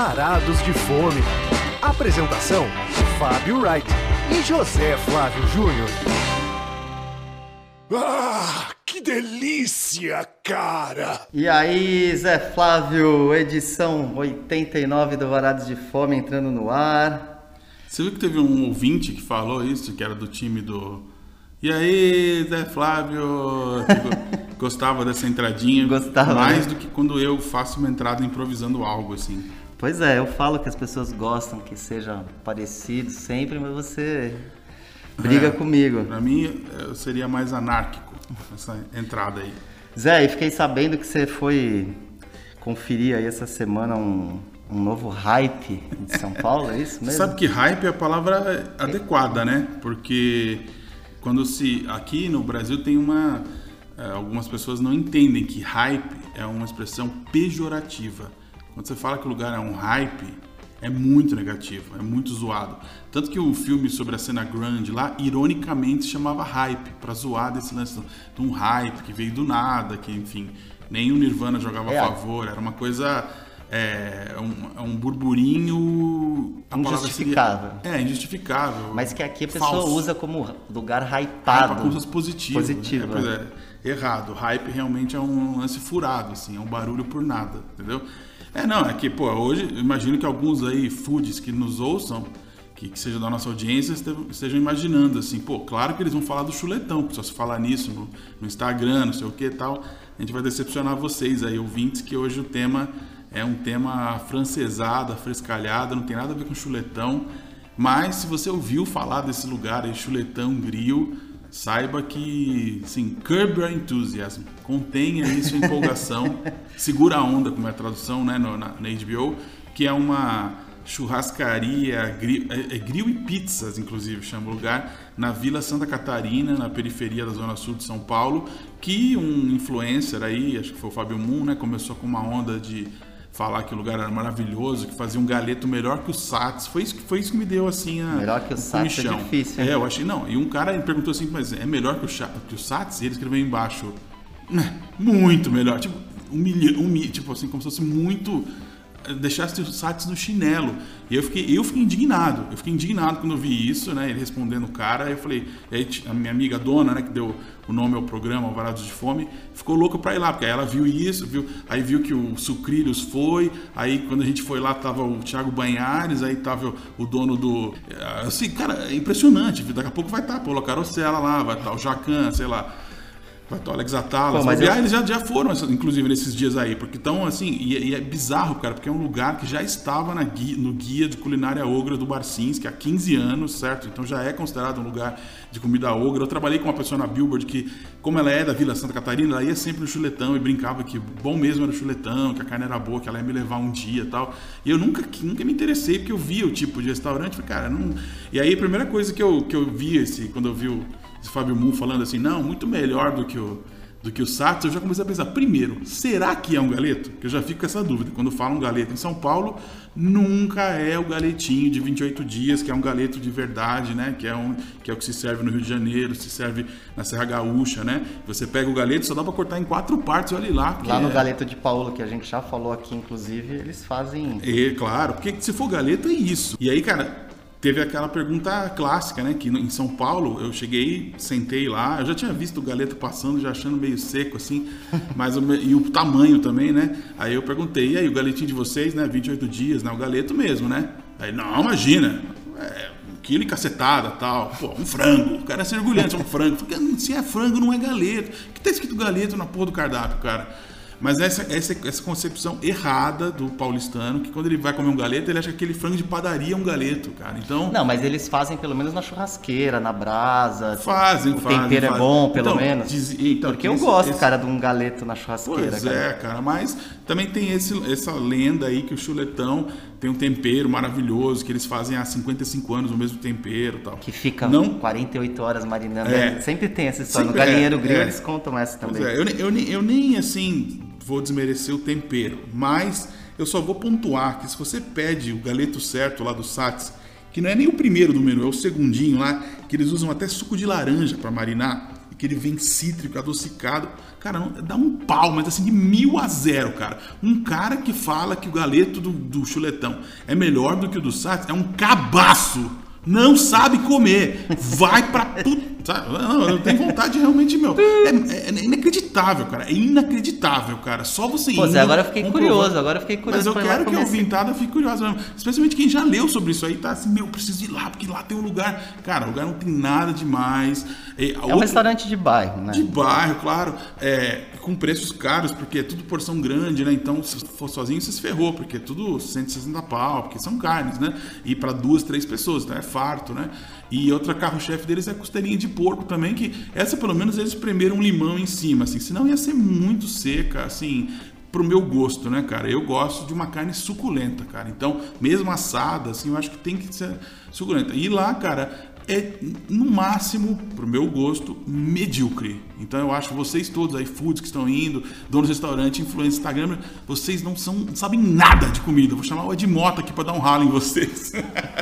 Varados de Fome. Apresentação: Fábio Wright e José Flávio Júnior. Ah, que delícia, cara! E aí, Zé Flávio, edição 89 do Varados de Fome entrando no ar. Você viu que teve um ouvinte que falou isso, que era do time do... E aí, Zé Flávio? Gostava dessa entradinha. Gostava, mais, né? do que quando eu faço uma entrada improvisando algo, assim. Pois é, eu falo que as pessoas gostam que seja parecido sempre, mas você briga comigo. Pra mim, eu seria mais anárquico essa entrada aí. Zé, e fiquei sabendo que você foi conferir aí essa semana um novo hype de São Paulo, é isso mesmo? Sabe que hype é a palavra adequada, né? Porque quando aqui no Brasil tem algumas pessoas não entendem que hype é uma expressão pejorativa. Quando você fala que o lugar é um hype, é muito negativo, é muito zoado. Tanto que o filme sobre a cena grunge lá, ironicamente, se chamava Hype, pra zoar desse lance de um hype que veio do nada, que, enfim, nem o Nirvana jogava a favor, era uma coisa... um burburinho... Injustificável. Injustificável. Mas que aqui a pessoa falso. Usa como lugar hypado. Como coisas positivas. Positivo. Pois é, errado. Hype realmente é um lance furado, assim, é um barulho por nada, entendeu? É que, hoje, eu imagino que alguns aí, foodies que nos ouçam, que sejam da nossa audiência, estejam imaginando, assim, claro que eles vão falar do chuletão, porque só se falar nisso no Instagram, não sei o que e tal, a gente vai decepcionar vocês aí, ouvintes, que hoje o tema é um tema afrancesado, afrescalhado, não tem nada a ver com chuletão, mas se você ouviu falar desse lugar aí, chuletão, grill, saiba que, sim, curb your enthusiasm, contenha aí sua empolgação, segura a onda, como é a tradução, né, na HBO, que é uma churrascaria, grill e pizzas, inclusive, chama o lugar, na Vila Santa Catarina, na periferia da Zona Sul de São Paulo, que um influencer aí, acho que foi o Fábio Moon, né, começou com uma onda de falar que o lugar era maravilhoso, que fazia um galeto melhor que o Sats. Foi isso que me deu, assim, melhor que o Sats é difícil, hein? Eu achei, não. E um cara me perguntou assim, mas é melhor que o Sats? E ele escreveu embaixo, muito melhor. Tipo, tipo assim, como se fosse muito... deixasse o Sats no chinelo. E eu fiquei indignado. Eu fiquei indignado quando eu vi isso, né? Ele respondendo o cara. Aí eu falei... Aí a minha amiga dona, né? Que deu o nome ao programa, o Varados de Fome, ficou louca pra ir lá. Porque aí ela viu isso, aí viu que o Sucrilhos foi. Aí quando a gente foi lá, tava o Thiago Banhares. Aí tava o dono do... Assim, cara, é impressionante. Daqui a pouco vai estar Paulo Carosella lá. Vai estar o Jacan, sei lá. Vai estar o Alex Atala. Eles já foram, inclusive, nesses dias aí. Porque estão, assim... E é bizarro, cara. Porque é um lugar que já estava no guia de culinária ogra do Barcins, que há 15 anos, certo? Então já é considerado um lugar de comida ogra. Eu trabalhei com uma pessoa na Billboard que, como ela é da Vila Santa Catarina, ela ia sempre no chuletão e brincava que bom mesmo era o chuletão, que a carne era boa, que ela ia me levar um dia e tal. E eu nunca me interessei, porque eu via o tipo de restaurante. Falei, cara, não... E aí a primeira coisa que eu vi, quando eu vi esse Fábio Moon falando assim, não, muito melhor do que o Sats, eu já comecei a pensar, primeiro, será que é um galeto? Que eu já fico com essa dúvida. Quando falam galeto em São Paulo, nunca é o galetinho de 28 dias, que é um galeto de verdade, né? Que é o que se serve no Rio de Janeiro, se serve na Serra Gaúcha, né? Você pega o galeto, só dá pra cortar em 4 partes, olha lá. Lá no Galeto de Paulo, que a gente já falou aqui, inclusive, eles fazem... Claro, porque se for galeto é isso. E aí, cara... Teve aquela pergunta clássica, né? Que em São Paulo eu cheguei, sentei lá, eu já tinha visto o galeto passando, já achando meio seco, assim, e o tamanho também, né? Aí eu perguntei, e aí, o galetinho de vocês, né? 28 dias, né? O galeto mesmo, né? Aí, não, imagina, quilo e cacetada e tal, um frango, o cara se orgulhando, é um frango. Porque se é frango, não é galeto. Por que tá escrito galeto na porra do cardápio, cara? Mas essa concepção errada do paulistano, que quando ele vai comer um galeto, ele acha que aquele frango de padaria é um galeto, cara. Então... Não, mas eles fazem pelo menos na churrasqueira, na brasa. Fazem. O tempero é bom, pelo menos. Então, porque eu gosto, cara, de um galeto na churrasqueira. Pois é, cara. Mas também tem essa lenda aí que o chuletão tem um tempero maravilhoso, que eles fazem há 55 anos o mesmo tempero e tal. Que fica 48 horas marinando. Sempre tem essa história. No Galinheiro Grill eles contam essa também. Eu nem, assim... vou desmerecer o tempero, mas eu só vou pontuar que se você pede o galeto certo lá do Sats, que não é nem o primeiro do menu, é o segundinho lá, que eles usam até suco de laranja para marinar, aquele vem cítrico, adocicado. Cara, dá um pau, mas assim, de 1000-0, cara. Um cara que fala que o galeto do chuletão é melhor do que o do Sates é um cabaço. Não sabe comer. Vai pra puta. Não, eu tenho vontade realmente, meu. É inacreditável, cara. É inacreditável, cara. Só você ir. Pô, Zé, agora eu fiquei curioso. Mas eu quero que a ouvintada fique curiosa mesmo. Especialmente quem já leu sobre isso aí, tá assim, meu, preciso ir lá, porque lá tem um lugar. Cara, o lugar não tem nada demais. Um restaurante de bairro, né? De bairro, claro. Com preços caros, porque é tudo porção grande, né? Então, se for sozinho, você se ferrou, porque é tudo 160 pau, porque são carnes, né? E para 2, 3 pessoas, então é farto, né? E outra carro-chefe deles é a costelinha de porco também, que essa pelo menos eles espremeram um limão em cima, assim, senão ia ser muito seca, assim, pro meu gosto, né, cara? Eu gosto de uma carne suculenta, cara. Então, mesmo assada, assim, eu acho que tem que ser suculenta. E lá, cara, é, no máximo, pro meu gosto, medíocre. Então eu acho que vocês todos aí, foods que estão indo, donos de restaurante, influencers, Instagram, vocês não sabem nada de comida. Vou chamar o Ed Mota aqui pra dar um ralo em vocês.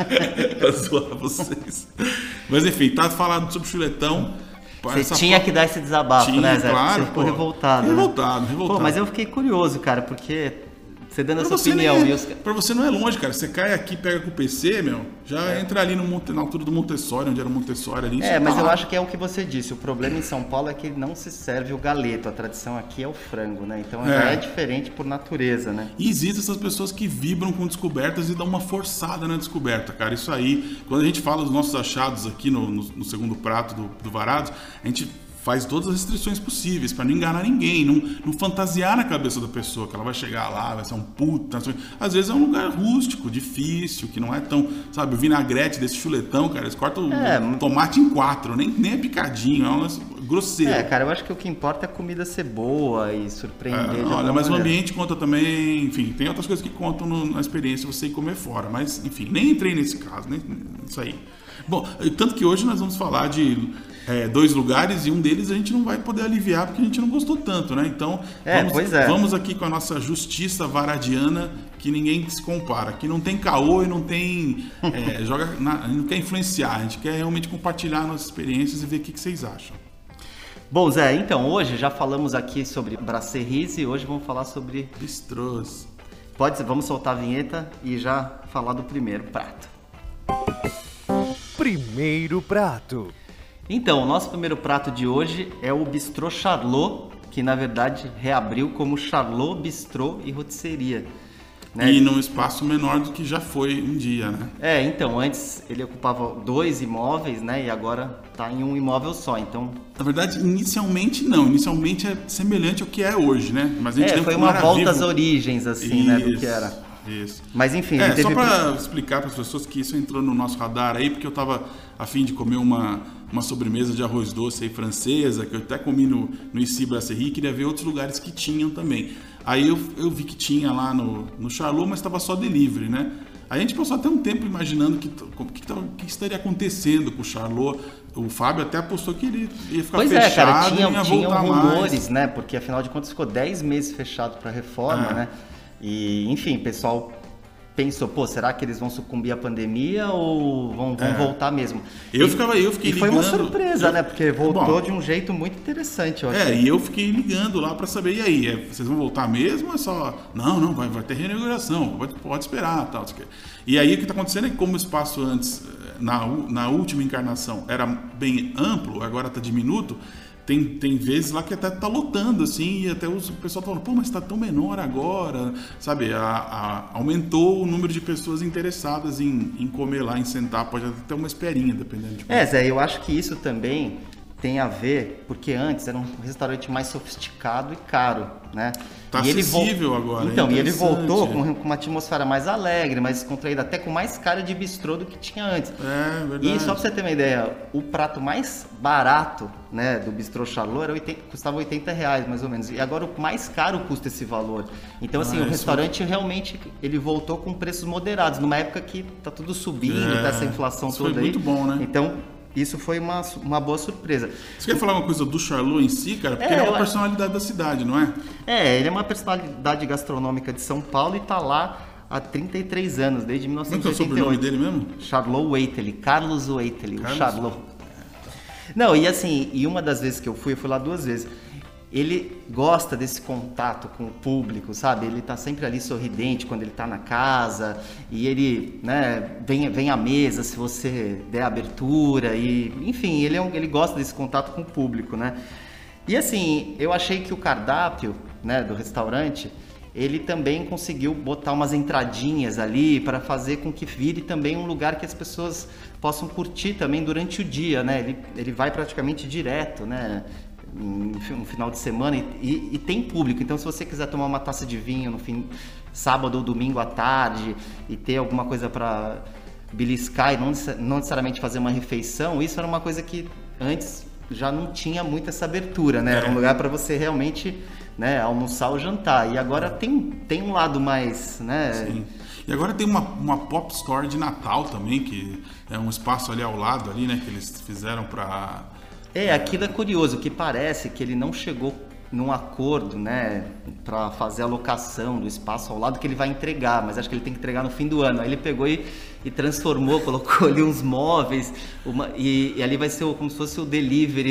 Pra zoar vocês. Mas enfim, tá falando sobre chuletão. Você tinha que dar esse desabafo, né, Zé? Claro, você ficou revoltado. Revoltado. Pô, mas eu fiquei curioso, cara, porque você dando essa opinião. Pra você não é longe, cara. Você cai aqui, pega com o PC, meu, já entra ali na altura do Montessori, onde era o Montessori ali. Mas eu acho que é o que você disse. O problema em São Paulo é que não se serve o galeto. A tradição aqui é o frango, né? Então já é diferente por natureza, né? E existem essas pessoas que vibram com descobertas e dão uma forçada na descoberta, cara. Isso aí, quando a gente fala dos nossos achados aqui no segundo prato do Varados, a gente faz todas as restrições possíveis para não enganar ninguém, não fantasiar na cabeça da pessoa que ela vai chegar lá, vai ser um puta. Às vezes é um lugar rústico, difícil, que não é tão, sabe, o vinagrete desse chuletão, cara, eles cortam o tomate em 4, nem é picadinho, é um grosseiro. Cara, eu acho que o que importa é a comida ser boa e surpreender. Olha, mas o ambiente conta também, enfim, tem outras coisas que contam na experiência você ir comer fora, mas enfim, nem entrei nesse caso, nem isso aí. Bom, tanto que hoje nós vamos falar de 2 lugares e um deles a gente não vai poder aliviar porque a gente não gostou tanto, né? Então, vamos aqui com a nossa justiça varadiana, que ninguém se compara. Aqui não tem caô e não tem... não quer influenciar, a gente quer realmente compartilhar nossas experiências e ver o que vocês acham. Bom, Zé, então hoje já falamos aqui sobre brasseries e hoje vamos falar sobre... bistrôs. Vamos soltar a vinheta e já falar do primeiro prato. Primeiro prato. Então, o nosso primeiro prato de hoje é o Bistrô Charlot, que na verdade reabriu como Charlot Bistrô e Rotisserie. Né? E num espaço menor do que já foi um dia, né? Então, antes ele ocupava 2 imóveis, né? E agora está em um imóvel só, então... Na verdade, inicialmente não. Inicialmente é semelhante ao que é hoje, né? Mas a gente foi uma volta às origens, assim, né? Do que era. Isso. Mas enfim... Só para explicar para as pessoas que isso entrou no nosso radar aí, porque eu estava a fim de comer uma sobremesa de arroz doce aí francesa, que eu até comi no Ici Brasserie, e queria ver outros lugares que tinham também. Aí eu vi que tinha lá no Charlot, mas estava só delivery, né? Aí a gente passou até um tempo imaginando o que estaria acontecendo com o Charlot. O Fábio até apostou que ele ia ficar fechado, cara, tinham voltar rumores, mais. Né? Porque afinal de contas ficou 10 meses fechado para reforma, né? E enfim, o pessoal pensou, será que eles vão sucumbir à pandemia ou vão voltar mesmo? Eu fiquei ligando. E foi uma surpresa, né? Porque voltou de um jeito muito interessante, eu achei. E eu fiquei ligando lá para saber, e aí, vocês vão voltar mesmo ou é só... Não, vai ter reinauguração, pode esperar, tal. E aí o que está acontecendo é que como o espaço antes, na última encarnação, era bem amplo, agora está diminuto, tem vezes lá que até tá lotando, assim, e até o pessoal tá falando, mas tá tão menor agora, sabe? Aumentou o número de pessoas interessadas em comer lá, em sentar, pode até ter uma esperinha, dependendo de como. Zé, eu acho que isso também tem a ver, porque antes era um restaurante mais sofisticado e caro, né? Tá acessível agora. Então, e ele voltou com uma atmosfera mais alegre, mais descontraída, até com mais cara de bistrô do que tinha antes. É, verdade. E só pra você ter uma ideia, o prato mais barato, né, do Bistrô Charlot custava R$80, mais ou menos. E agora o mais caro custa esse valor. Então, assim, o restaurante realmente ele voltou com preços moderados, numa época que tá tudo subindo, tá essa inflação toda aí. Foi muito bom, né? Então, isso foi uma boa surpresa. Você quer falar uma coisa do Charlot em si, cara? Porque ele é uma personalidade da cidade, não é? Ele é uma personalidade gastronômica de São Paulo e tá lá há 33 anos, desde 1988. Como é que é o sobrenome dele mesmo? Charlot Waitely, Carlos Waitely, o Charlot. Não, e assim, e uma das vezes que eu fui lá 2 vezes. Ele gosta desse contato com o público, sabe? Ele tá sempre ali sorridente quando ele tá na casa e ele, né, vem à mesa se você der abertura e, enfim, ele gosta desse contato com o público, né? E assim, eu achei que o cardápio, né, do restaurante, ele também conseguiu botar umas entradinhas ali para fazer com que vire também um lugar que as pessoas possam curtir também durante o dia, né? Ele vai praticamente direto, né? Um final de semana e tem público, então se você quiser tomar uma taça de vinho no sábado ou domingo à tarde e ter alguma coisa para beliscar e não necessariamente fazer uma refeição, isso era uma coisa que antes já não tinha muito essa abertura, né? Era um lugar para você realmente, né, almoçar ou jantar, e agora tem um lado mais, né? Sim. E agora tem uma pop store de Natal também, que é um espaço ali ao lado ali, né, que eles fizeram para... Aquilo é curioso, que parece que ele não chegou num acordo, né, para fazer a locação do espaço ao lado que ele vai entregar, mas acho que ele tem que entregar no fim do ano. Aí ele pegou e transformou, colocou ali uns móveis, e ali vai ser como se fosse o delivery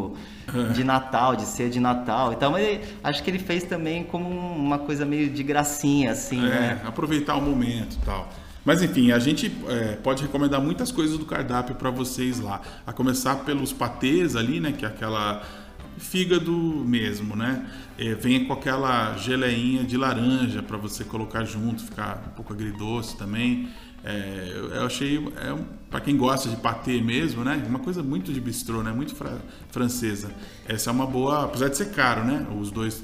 de Natal, de ceia de Natal. Então, mas acho que ele fez também como uma coisa meio de gracinha, assim, né? Aproveitar o momento e tal. Mas enfim, a gente pode recomendar muitas coisas do cardápio para vocês lá. A começar pelos patês ali, né? Que é aquela fígado mesmo, né? Vem com aquela geleinha de laranja para você colocar junto, ficar um pouco agridoce também. Eu achei, para quem gosta de patê mesmo, né? Uma coisa muito de bistrô, né? Muito francesa. Essa é uma boa, apesar de ser caro, né? Os dois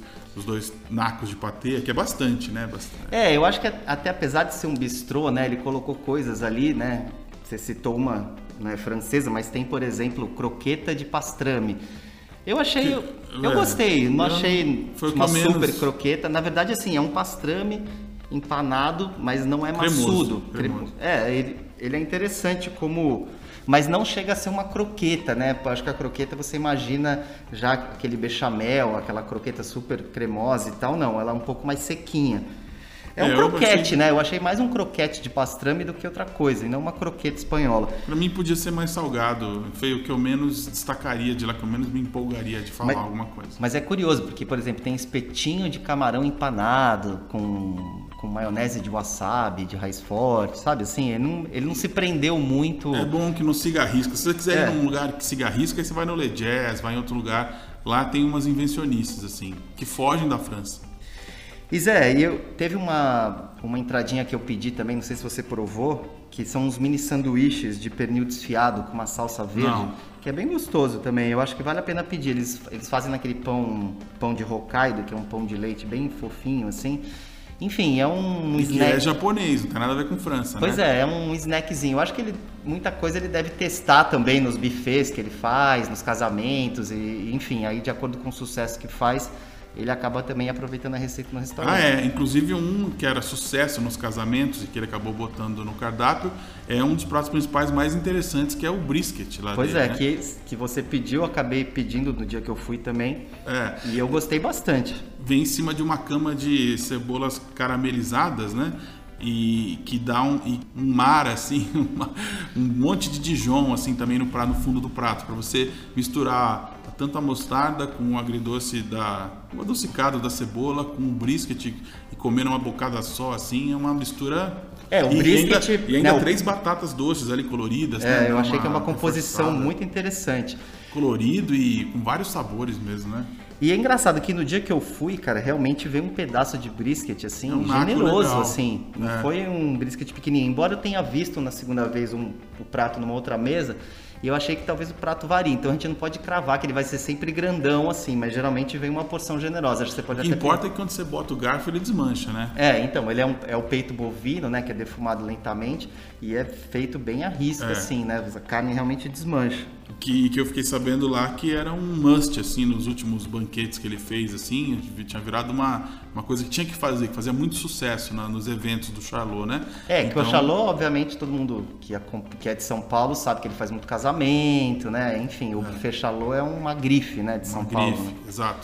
nacos de patê, que é bastante, né? Bastante. Eu acho que até apesar de ser um bistrô, né? Ele colocou coisas ali, né? Você citou uma, né, francesa, mas tem, por exemplo, croqueta de pastrame. Eu achei, eu gostei, não achei uma super croqueta. Na verdade, assim, é um pastrame empanado, mas não é maçudo. Cremoso. Ele é interessante como... Mas não chega a ser uma croqueta, né? Acho que a croqueta você imagina já aquele bechamel, aquela croqueta super cremosa e tal. Não, ela é um pouco mais sequinha. É um croquete, né? Eu achei mais um croquete de pastrame do que outra coisa, e não uma croqueta espanhola. Pra mim podia ser mais salgado. Foi o que eu menos destacaria de lá, que eu menos me empolgaria de falar alguma coisa. Mas é curioso, porque, por exemplo, tem espetinho de camarão empanado com maionese de wasabi, de raiz forte, sabe? Assim, ele não se prendeu muito... É bom que não siga a risca. Se você quiser ir num lugar que siga a risca, aí você vai no Le Jazz, vai em outro lugar. Lá tem umas invencionices, assim, que fogem da França. E Zé, teve uma entradinha que eu pedi também, não sei se você provou, que são uns mini sanduíches de pernil desfiado com uma salsa verde, que é bem gostoso também. Eu acho que vale a pena pedir. Eles fazem naquele pão de Hokkaido, que é um pão de leite bem fofinho, assim. Enfim, é um snack. Que é japonês, não tem nada a ver com França, pois né? É um snackzinho. Eu acho que muita coisa ele deve testar também nos buffets que ele faz, nos casamentos, e enfim, aí de acordo com o sucesso que faz, ele acaba também aproveitando a receita no restaurante. Inclusive um que era sucesso nos casamentos e que ele acabou botando no cardápio é um dos pratos principais mais interessantes, que é o brisket lá pois dele, né? que você pediu, eu acabei pedindo no dia que eu fui também, e eu gostei bastante. Vem em cima de uma cama de cebolas caramelizadas, né? E que dá um mar, assim, um monte de Dijon, assim, também no fundo do prato, para você misturar tanto a mostarda com o agridoce o adocicado da cebola com o brisket e comer numa bocada só, assim, é uma mistura... o brisket... E ainda 3 batatas doces ali coloridas, né? Eu achei que é uma composição muito interessante. Colorido e com vários sabores mesmo, né? E é engraçado que no dia que eu fui, cara, realmente veio um pedaço de brisket, assim, generoso, legal. Assim. Não foi um brisket pequenininho. Embora eu tenha visto na segunda vez o prato numa outra mesa, e eu achei que talvez o prato varie. Então a gente não pode cravar que ele vai ser sempre grandão, assim, mas geralmente vem uma porção generosa. Acho que você pode o que importa é que quando você bota o garfo, ele desmancha, né? Então, ele é o peito bovino, né, que é defumado lentamente, e é feito bem à risca, assim, né? A carne realmente desmancha. Que eu fiquei sabendo lá que era um must, assim, nos últimos banquetes que ele fez, assim, tinha virado uma coisa que tinha que fazer, que fazia muito sucesso nos eventos do Charlot, né? Que o Charlot, obviamente, todo mundo que é de São Paulo sabe que ele faz muito casamento, né? Enfim, o buffet Charlot é uma grife, né, de São Paulo. Né? Exato.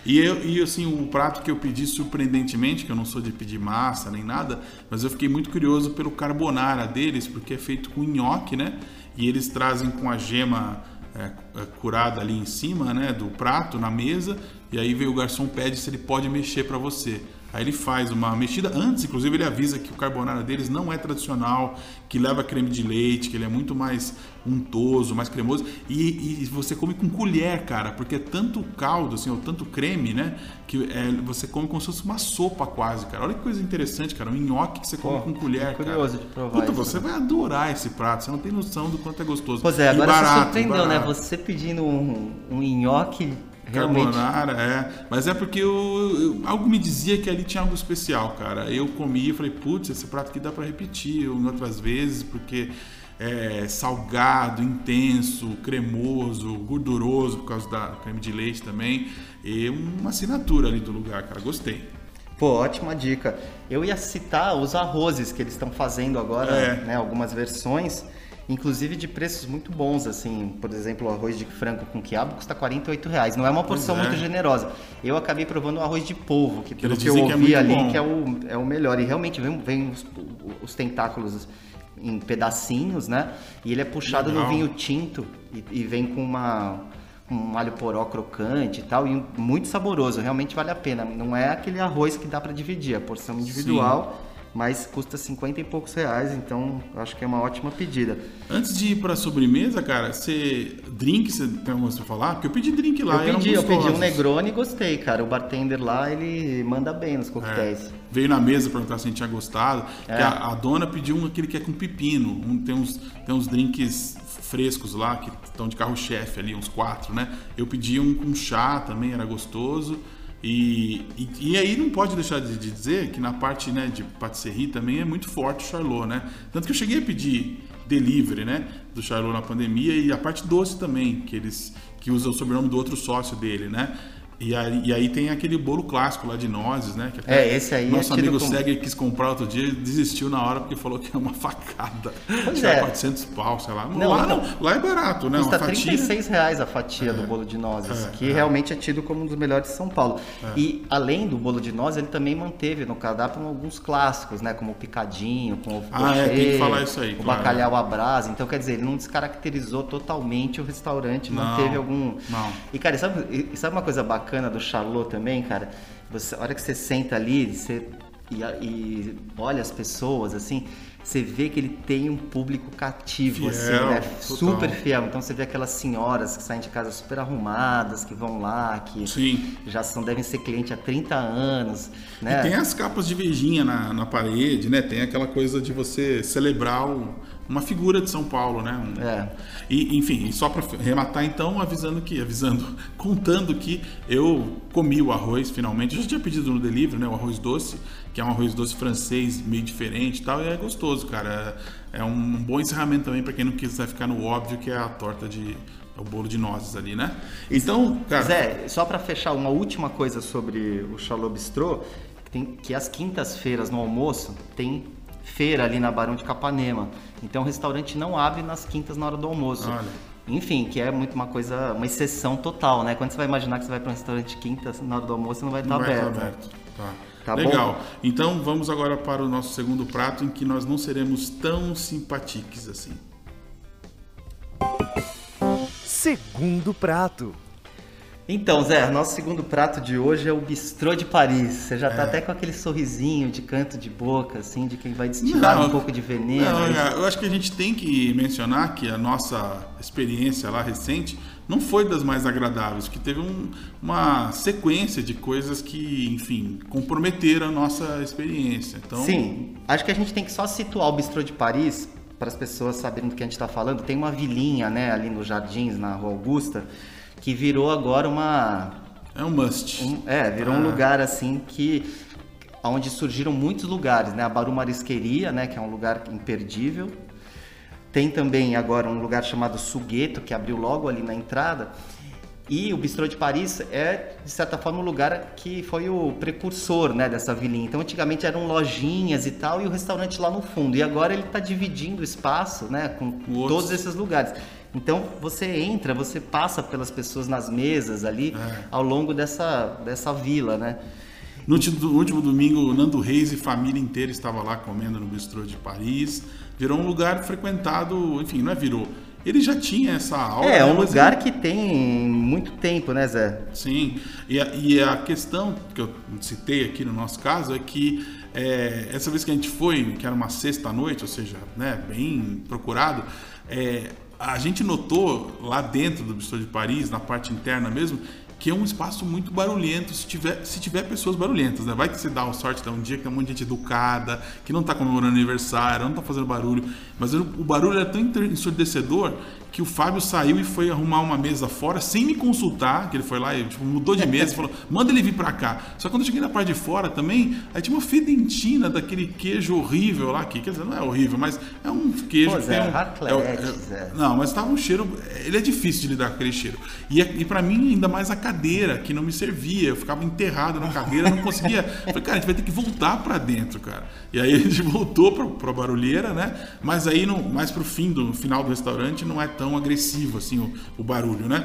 E assim, o prato que eu pedi surpreendentemente, que eu não sou de pedir massa nem nada, mas eu fiquei muito curioso pelo carbonara deles, porque é feito com nhoque, né? E eles trazem com a gema curada ali em cima, né, do prato, na mesa, e aí o garçom pede se ele pode mexer para você. Aí ele faz uma mexida. Antes, inclusive, ele avisa que o carbonara deles não é tradicional, que leva creme de leite, que ele é muito mais untoso, mais cremoso. E você come com colher, cara, porque é tanto caldo, assim, ou tanto creme, né, que você come como se fosse uma sopa quase, cara. Olha que coisa interessante, cara. Um nhoque que você come com colher, curioso cara. de provar. Puta, você vai adorar esse prato. Você não tem noção do quanto é gostoso. Pois é, agora barato, você surpreendeu, barato. né? Você pedindo um nhoque... Realmente. Carbonara, mas é porque algo me dizia que ali tinha algo especial, cara. Eu comi e falei, putz, esse prato aqui dá pra repetir em outras vezes, porque é salgado, intenso, cremoso, gorduroso, por causa da creme de leite também. E uma assinatura ali do lugar, cara. Gostei. Pô, ótima dica. Eu ia citar os arrozes que eles estão fazendo agora, né? Algumas versões. Inclusive de preços muito bons, assim, por exemplo, o arroz de frango com quiabo custa R$48, não é uma porção muito generosa. Eu acabei provando o arroz de polvo, que pelo que eu ouvi ali, que é o melhor, e realmente vem os tentáculos em pedacinhos, né, e ele é puxado no vinho tinto e vem com um alho poró crocante e tal, e muito saboroso, realmente vale a pena. Não é aquele arroz que dá para dividir, é porção individual. Sim. Mas custa 50 e poucos reais, então acho que é uma ótima pedida. Antes de ir pra sobremesa, cara, você tem alguma coisa pra falar? Porque eu pedi drink lá, eu pedi um Negroni e gostei, cara. O bartender lá, ele manda bem nos coquetéis. Veio na mesa perguntar se a gente tinha gostado. A dona pediu aquele que é com pepino. Tem uns drinks frescos lá, que estão de carro-chefe ali, uns 4, né? Eu pedi um com chá também, era gostoso. E aí não pode deixar de dizer que na parte, né, de patisserie também é muito forte o Charlot, né? Tanto que eu cheguei a pedir delivery, né, do Charlot na pandemia, e a parte doce também, que usa o sobrenome do outro sócio dele, né? E aí tem aquele bolo clássico lá de nozes, né? Que até esse aí nosso amigo Seger quis comprar outro dia, desistiu na hora porque falou que é uma facada. Pois tinha 400 pau, sei lá. Lá é barato, né? Custa R$36 a fatia do bolo de nozes, que realmente é tido como um dos melhores de São Paulo. E além do bolo de nozes, ele também manteve no cardápio alguns clássicos, né? Como o picadinho, com o pochê, tem que falar isso aí, o bacalhau à brasa. Então, quer dizer, ele não descaracterizou totalmente o restaurante, manteve algum... Não. E, cara, sabe uma coisa bacana do Charlot também, cara? A hora que você senta ali e olha as pessoas, assim, você vê que ele tem um público cativo, fiel, assim, né? Total. Super fiel. Então você vê aquelas senhoras que saem de casa super arrumadas, que vão lá, que devem ser cliente há 30 anos, né? E tem as capas de vejinha na parede, né? Tem aquela coisa de você celebrar uma figura de São Paulo, né? E, enfim, só para rematar então, contando que eu comi o arroz finalmente. Eu já tinha pedido no delivery, né? O arroz doce, que é um arroz doce francês, meio diferente e tal, e é gostoso, cara. É um bom encerramento também para quem não quiser ficar no óbvio, que é a torta o bolo de nozes ali, né? Então, cara... Zé, só para fechar, uma última coisa sobre o Charlot Bistrot, que às quintas-feiras no almoço tem feira ali na Barão de Capanema. Então o restaurante não abre nas quintas na hora do almoço. Olha. Enfim, que é muito uma exceção total, né? Quando você vai imaginar que você vai para um restaurante quinta na hora do almoço, não vai estar aberto. Tá legal. Bom? Então vamos agora para o nosso segundo prato, em que nós não seremos tão simpatiques assim. Segundo prato. Então, Zé, nosso segundo prato de hoje é o Bistrot de Paris. Você já tá até com aquele sorrisinho de canto de boca, assim, de quem vai destilar um pouco de veneno. Eu acho que a gente tem que mencionar que a nossa experiência lá recente não foi das mais agradáveis, que teve uma sequência de coisas que, enfim, comprometeram a nossa experiência. Então... Sim, acho que a gente tem que só situar o Bistrot de Paris, para as pessoas saberem do que a gente está falando. Tem uma vilinha, né, ali nos Jardins, na Rua Augusta, que virou agora é um must. Virou um lugar assim onde surgiram muitos lugares, né? A Baru Marisqueria, né? Que é um lugar imperdível. Tem também agora um lugar chamado Sugueto, que abriu logo ali na entrada. E o Bistrot de Paris é, de certa forma, um lugar que foi o precursor, né, dessa vilinha. Então, antigamente eram lojinhas e tal, e o restaurante lá no fundo. E agora ele está dividindo o espaço, né, com todos esses lugares. Então, você passa pelas pessoas nas mesas ali, ao longo dessa vila, né? No último domingo, o Nando Reis e família inteira estava lá comendo no Bistrot de Paris. Virou um lugar frequentado, enfim, não é virou. ele já tinha essa aura. É um lugar que tem muito tempo, né, Zé? Sim, e a questão que eu citei aqui no nosso caso é que essa vez que a gente foi, que era uma sexta-noite, ou seja, né, bem procurado, a gente notou lá dentro do Bistrô de Paris, na parte interna mesmo, que é um espaço muito barulhento, se tiver pessoas barulhentas, né? Vai que você dá a sorte de um dia que tem um monte de gente educada, que não está comemorando aniversário, não está fazendo barulho, mas o barulho era tão ensurdecedor que o Fábio saiu e foi arrumar uma mesa fora sem me consultar, que ele foi lá e mudou de mesa e falou, manda ele vir pra cá. Só que quando eu cheguei na parte de fora também, aí tinha uma fedentina daquele queijo horrível lá, que quer dizer, não é horrível, mas é um queijo... Pô, que Zé, tem raclette, Zé. Não, mas tava um cheiro, ele é difícil de lidar com aquele cheiro. E pra mim, ainda mais a cadeira, que não me servia, eu ficava enterrado na cadeira, não conseguia... Eu falei, cara, a gente vai ter que voltar pra dentro, cara. E aí a gente voltou pra barulheira, né? Mas aí, mais pro final do restaurante, não é tão agressivo assim o barulho, né?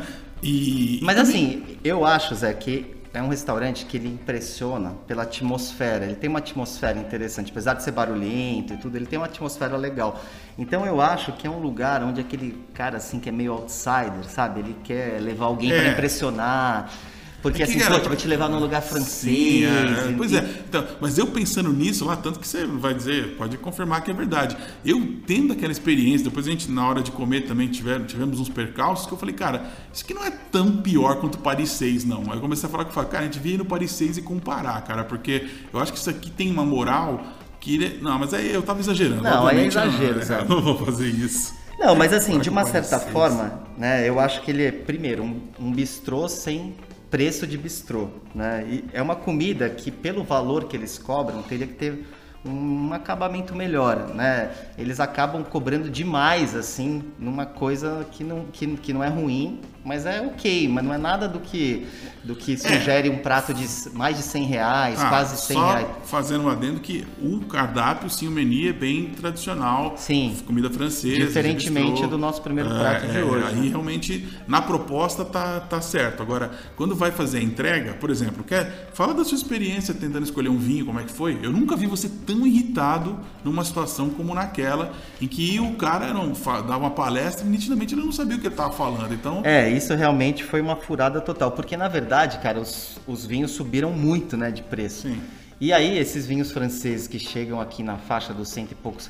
Mas também... assim, eu acho, Zé, que é um restaurante que ele impressiona pela atmosfera. Ele tem uma atmosfera interessante, apesar de ser barulhento e tudo, ele tem uma atmosfera legal. Então eu acho que é um lugar onde aquele cara assim que é meio outsider, sabe? Ele quer levar alguém para impressionar. Porque assim, pô, vou te levar num lugar francês. Sim, pois é. Então, mas eu pensando nisso lá, tanto que você vai dizer, pode confirmar que é verdade. Eu tendo aquela experiência, depois a gente, na hora de comer também, tivemos uns percalços, que eu falei, cara, isso aqui não é tão pior quanto o Paris 6, não. Aí eu comecei a falar com o cara, a gente veio no Paris 6 e comparar, cara, porque eu acho que isso aqui tem uma moral que... Não, mas aí eu tava exagerando. Não, é exagero, sabe? Não vou fazer isso. Não, mas assim, de uma certa forma, né, eu acho que ele é, primeiro, um bistrô sem... preço de bistrô, né? E é uma comida que, pelo valor que eles cobram, teria que ter um acabamento melhor, né? Eles acabam cobrando demais, assim, numa coisa que não é ruim, mas é ok, mas não é nada do que sugere um prato de mais de R$100, quase R$100. Fazendo um adendo que o cardápio, sim, o menu é bem tradicional, sim, comida francesa, diferentemente do nosso primeiro prato de hoje. Aí realmente na proposta tá certo. Agora, quando vai fazer a entrega, por exemplo, fala da sua experiência tentando escolher um vinho, como é que foi? Eu nunca vi você tão irritado numa situação como naquela, em que o cara dava uma palestra e nitidamente ele não sabia o que ele estava falando. Então, isso realmente foi uma furada total, porque na verdade, cara, os vinhos subiram muito, né, de preço. Sim. E aí, esses vinhos franceses que chegam aqui na faixa dos R$100 e poucos,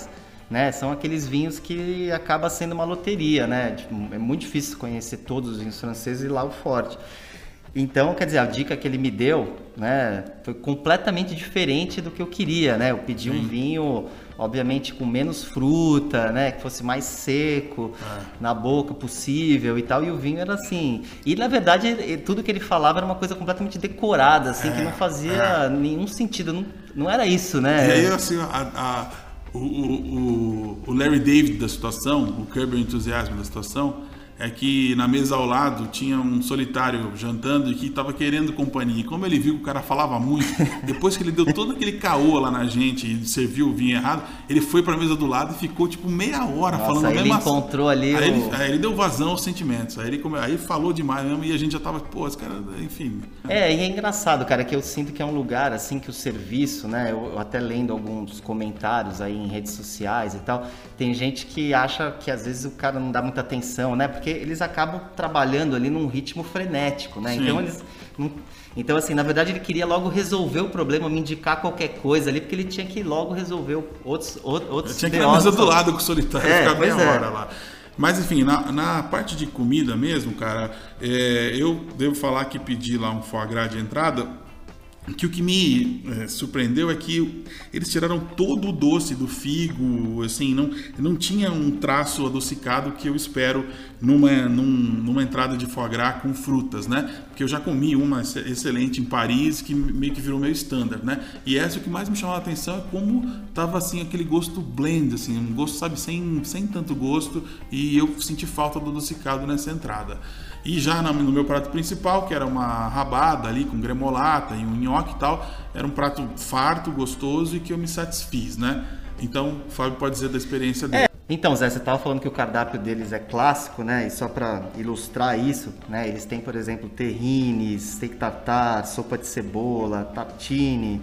né, são aqueles vinhos que acaba sendo uma loteria, né? Tipo, é muito difícil conhecer todos os vinhos franceses e lá o forte. Então, quer dizer, a dica que ele me deu, né, foi completamente diferente do que eu queria, né? Eu pedi um vinho, obviamente, com menos fruta, né, que fosse mais seco na boca possível e tal, e o vinho era assim. E, na verdade, tudo que ele falava era uma coisa completamente decorada, assim, que não fazia nenhum sentido, não era isso, né? E aí, assim, o Larry David da situação, o Curb Your Enthusiasm da situação, é que na mesa ao lado tinha um solitário jantando e que estava querendo companhia. E como ele viu que o cara falava muito, depois que ele deu todo aquele caô lá na gente e serviu o vinho errado, ele foi para a mesa do lado e ficou tipo meia hora falando a mesma... ele encontrou ali Aí ele deu vazão aos sentimentos. Aí falou demais mesmo e a gente já tava, pô, esse cara, enfim... E é engraçado, cara, que eu sinto que é um lugar assim que o serviço, né, eu até lendo alguns comentários aí em redes sociais e tal, tem gente que acha que às vezes o cara não dá muita atenção, né, porque eles acabam trabalhando ali num ritmo frenético, né? Sim. Então, assim, na verdade ele queria logo resolver o problema, me indicar qualquer coisa ali, porque ele tinha que logo resolver outros tinha que ir na mesa do lado com o solitário, ficar meia hora lá. Mas enfim, na parte de comida mesmo, cara, eu devo falar que pedi lá um foie gras de entrada, que o que me surpreendeu é que eles tiraram todo o doce do figo, assim, não tinha um traço adocicado que eu espero numa entrada de foie gras com frutas, né? Porque eu já comi uma excelente em Paris que meio que virou meu standard, né? E essa o que mais me chamou a atenção é como tava assim aquele gosto blend, assim, um gosto, sabe, sem tanto gosto, e eu senti falta do adocicado nessa entrada. E já no meu prato principal, que era uma rabada ali com gremolata e um nhoque e tal, era um prato farto, gostoso e que eu me satisfiz, né? Então, o Fábio pode dizer da experiência dele. Então, Zé, você estava falando que o cardápio deles é clássico, né? E só para ilustrar isso, né? Eles têm, por exemplo, terrines, steak tartare, sopa de cebola, tartine,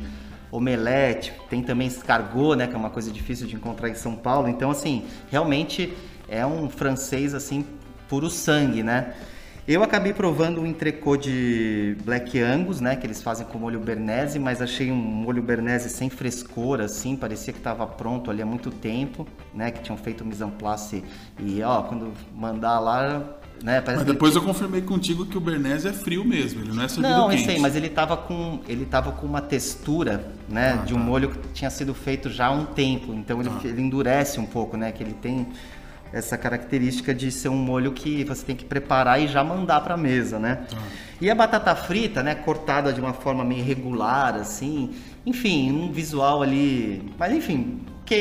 omelete, tem também escargot, né? Que é uma coisa difícil de encontrar em São Paulo. Então, assim, realmente... é um francês, assim, puro sangue, né? Eu acabei provando um entrecô de Black Angus, né, que eles fazem com molho Béarnaise, mas achei um molho Béarnaise sem frescor, assim, parecia que estava pronto ali há muito tempo, né, que tinham feito mise en place e, ó, quando mandar lá, né, parece mas depois eu confirmei contigo que o Béarnaise é frio mesmo, ele não é servido não, quente. eu sei, mas ele tava com uma textura, né, de um molho que tinha sido feito já há um tempo, então ele endurece um pouco, né, que ele tem essa característica de ser um molho que você tem que preparar e já mandar para a mesa, né? E a batata frita, né, cortada de uma forma meio irregular, assim, enfim, um visual ali, mas enfim,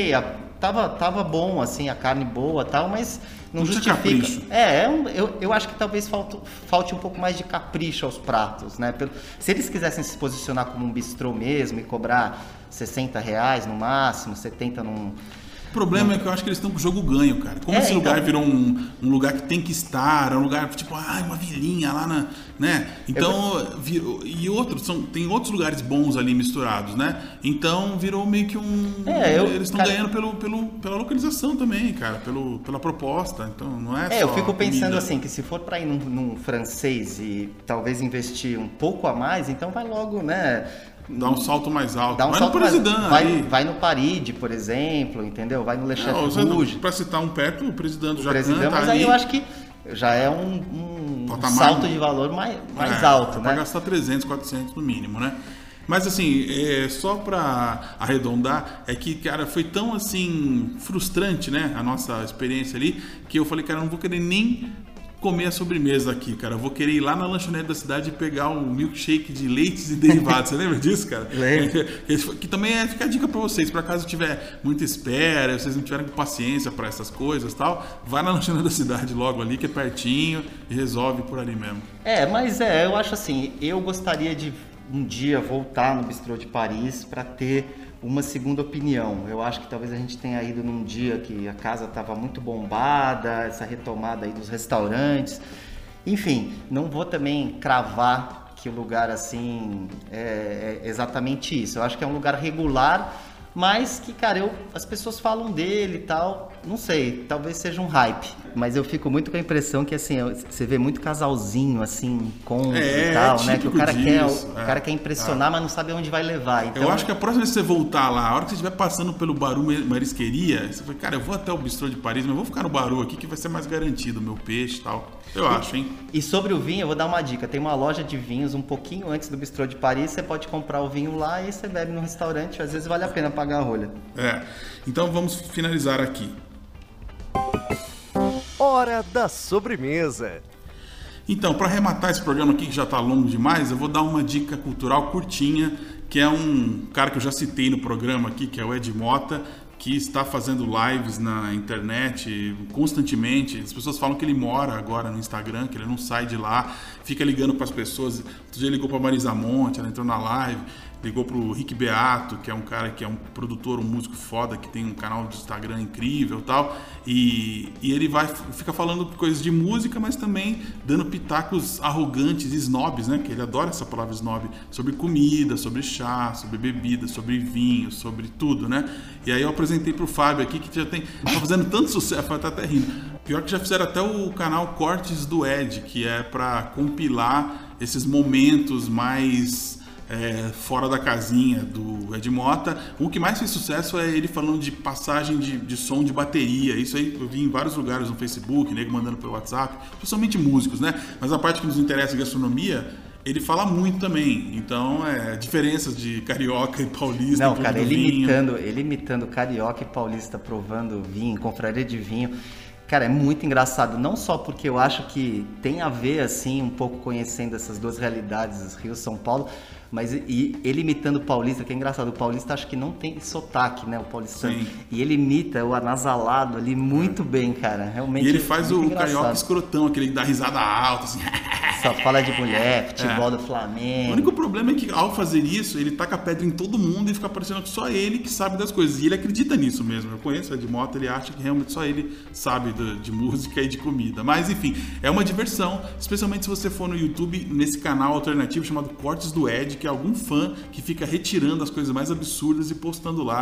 tava bom, assim, a carne boa, tal, mas não justifica. Eu acho que talvez falte um pouco mais de capricho aos pratos, né? Se eles quisessem se posicionar como um bistrô mesmo e cobrar R$60 no máximo, 70 num... O problema é que eu acho que eles estão com o jogo ganho, cara. Como esse lugar virou um lugar que tem que estar, é um lugar tipo, uma vilinha lá na, né? Então, tem outros lugares bons ali misturados, né? Então, virou meio que eles estão ganhando pela localização também, cara, pela proposta. Então, não é só eu fico pensando comida. assim, que se for para ir num francês e talvez investir um pouco a mais, então vai logo, né? Dá um salto mais alto. Dá um salto no Presidente. Vai no Paride, por exemplo, entendeu? Vai no Le Chef Rouge. Para citar um perto, o Presidente já canta. Mas aí eu acho que já é um salto de valor mais alto, né? Vai gastar 300, 400 no mínimo, né? Mas assim, só para arredondar, é que, cara, foi tão assim frustrante, né? A nossa experiência ali, que eu falei, cara, eu não vou querer nem comer a sobremesa aqui, cara. Eu vou querer ir lá na lanchonete da cidade e pegar um milkshake de leites e derivados. Você lembra disso, cara? Lembro. Que também fica a dica pra vocês. Por acaso tiver muita espera, vocês não tiverem paciência pra essas coisas e tal, vai na lanchonete da cidade logo ali, que é pertinho, e resolve por ali mesmo. Eu acho assim, eu gostaria de um dia voltar no Bistrô de Paris para ter uma segunda opinião. Eu acho que talvez a gente tenha ido num dia que a casa estava muito bombada, essa retomada aí dos restaurantes. Enfim, não vou também cravar que o lugar assim é exatamente isso. Eu acho que é um lugar regular, mas que, cara, as pessoas falam dele e tal, não sei, talvez seja um hype, mas eu fico muito com a impressão que, assim, você vê muito casalzinho, assim, e tal, né, que o cara quer impressionar, mas não sabe onde vai levar. Então, eu acho que a próxima vez que você voltar lá, a hora que você estiver passando pelo Baru Marisqueria, você fala, cara, eu vou até o Bistrô de Paris, mas eu vou ficar no Baru aqui, que vai ser mais garantido o meu peixe e tal. Eu acho, hein? E sobre o vinho, eu vou dar uma dica. Tem uma loja de vinhos um pouquinho antes do Bistrô de Paris. Você pode comprar o vinho lá e você bebe no restaurante. Às vezes vale a pena pagar a rolha. Então vamos finalizar aqui. Hora da sobremesa. Então, para arrematar esse programa aqui, que já está longo demais, eu vou dar uma dica cultural curtinha, que é um cara que eu já citei no programa aqui, que é o Ed Mota, que está fazendo lives na internet constantemente. As pessoas falam que ele mora agora no Instagram, que ele não sai de lá, fica ligando para as pessoas. Outro dia ligou para a Marisa Monte, ela entrou na live, ligou para o Rick Beato, que é um cara que é um produtor, um músico foda, que tem um canal de Instagram incrível e tal, e ele fica falando coisas de música, mas também dando pitacos arrogantes, snobs, né, que ele adora essa palavra snob, sobre comida, sobre chá, sobre bebida, sobre vinho, sobre tudo, né, e aí eu apresentei pro Fábio aqui, que já tá fazendo tanto sucesso, tá até rindo, pior que já fizeram até o canal Cortes do Ed, que é para compilar esses momentos mais fora da casinha do Ed Mota. O que mais fez sucesso é ele falando de passagem de som de bateria. Isso aí eu vi em vários lugares no Facebook, nego mandando pelo WhatsApp, principalmente músicos, né? Mas a parte que nos interessa em gastronomia, ele fala muito também. Então, diferenças de carioca e paulista. Não, cara, ele imitando carioca e paulista provando vinho, confraria de vinho. Cara, é muito engraçado, não só porque eu acho que tem a ver, assim, um pouco conhecendo essas duas realidades, Rio e São Paulo, mas ele imitando o paulista, que é engraçado, o paulista acho que não tem sotaque, né, o paulistano. Sim. E ele imita o anasalado ali muito bem, cara, realmente. E ele faz o carioca escrotão, aquele que dá risada alta, assim. Só fala de mulher, futebol do Flamengo. O único problema é que ao fazer isso, ele taca pedra em todo mundo e fica parecendo que só ele que sabe das coisas. E ele acredita nisso mesmo. Eu conheço o Ed Mota, ele acha que realmente só ele sabe de música e de comida. Mas enfim, é uma diversão, especialmente se você for no YouTube, nesse canal alternativo chamado Cortes do Ed, que é algum fã que fica retirando as coisas mais absurdas e postando lá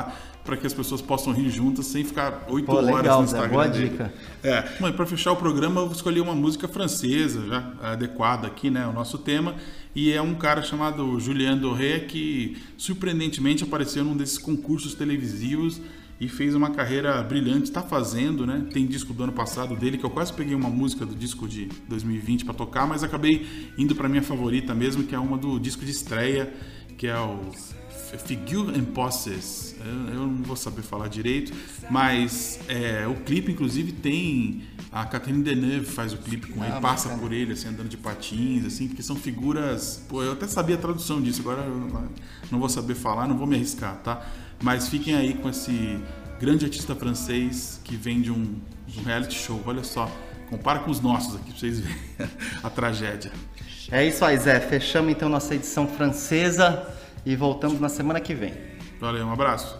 para que as pessoas possam rir juntas sem ficar 8 Pô, horas legal, no Zé, Instagram boa dele. dica. Mãe, para fechar o programa, eu escolhi uma música francesa, já adequada aqui, né, ao nosso tema, e é um cara chamado Julien Doré que surpreendentemente apareceu num desses concursos televisivos e fez uma carreira brilhante, está fazendo, né? Tem disco do ano passado dele, que eu quase peguei uma música do disco de 2020 para tocar, mas acabei indo para minha favorita mesmo, que é uma do disco de estreia, que é o Figure and Poses. Eu não vou saber falar direito, mas o clipe, inclusive, tem a Catherine Deneuve faz o clipe com ele, passa por ele, assim, andando de patins, assim, porque são figuras... Pô, eu até sabia a tradução disso, agora eu não vou saber falar, não vou me arriscar, tá? Mas fiquem aí com esse grande artista francês que vem de um reality show. Olha só, compara com os nossos aqui, pra vocês verem a tragédia. É isso aí, Zé. Fechamos então nossa edição francesa e voltamos na semana que vem. Valeu, um abraço.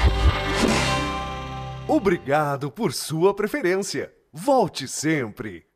Obrigado por sua preferência. Volte sempre!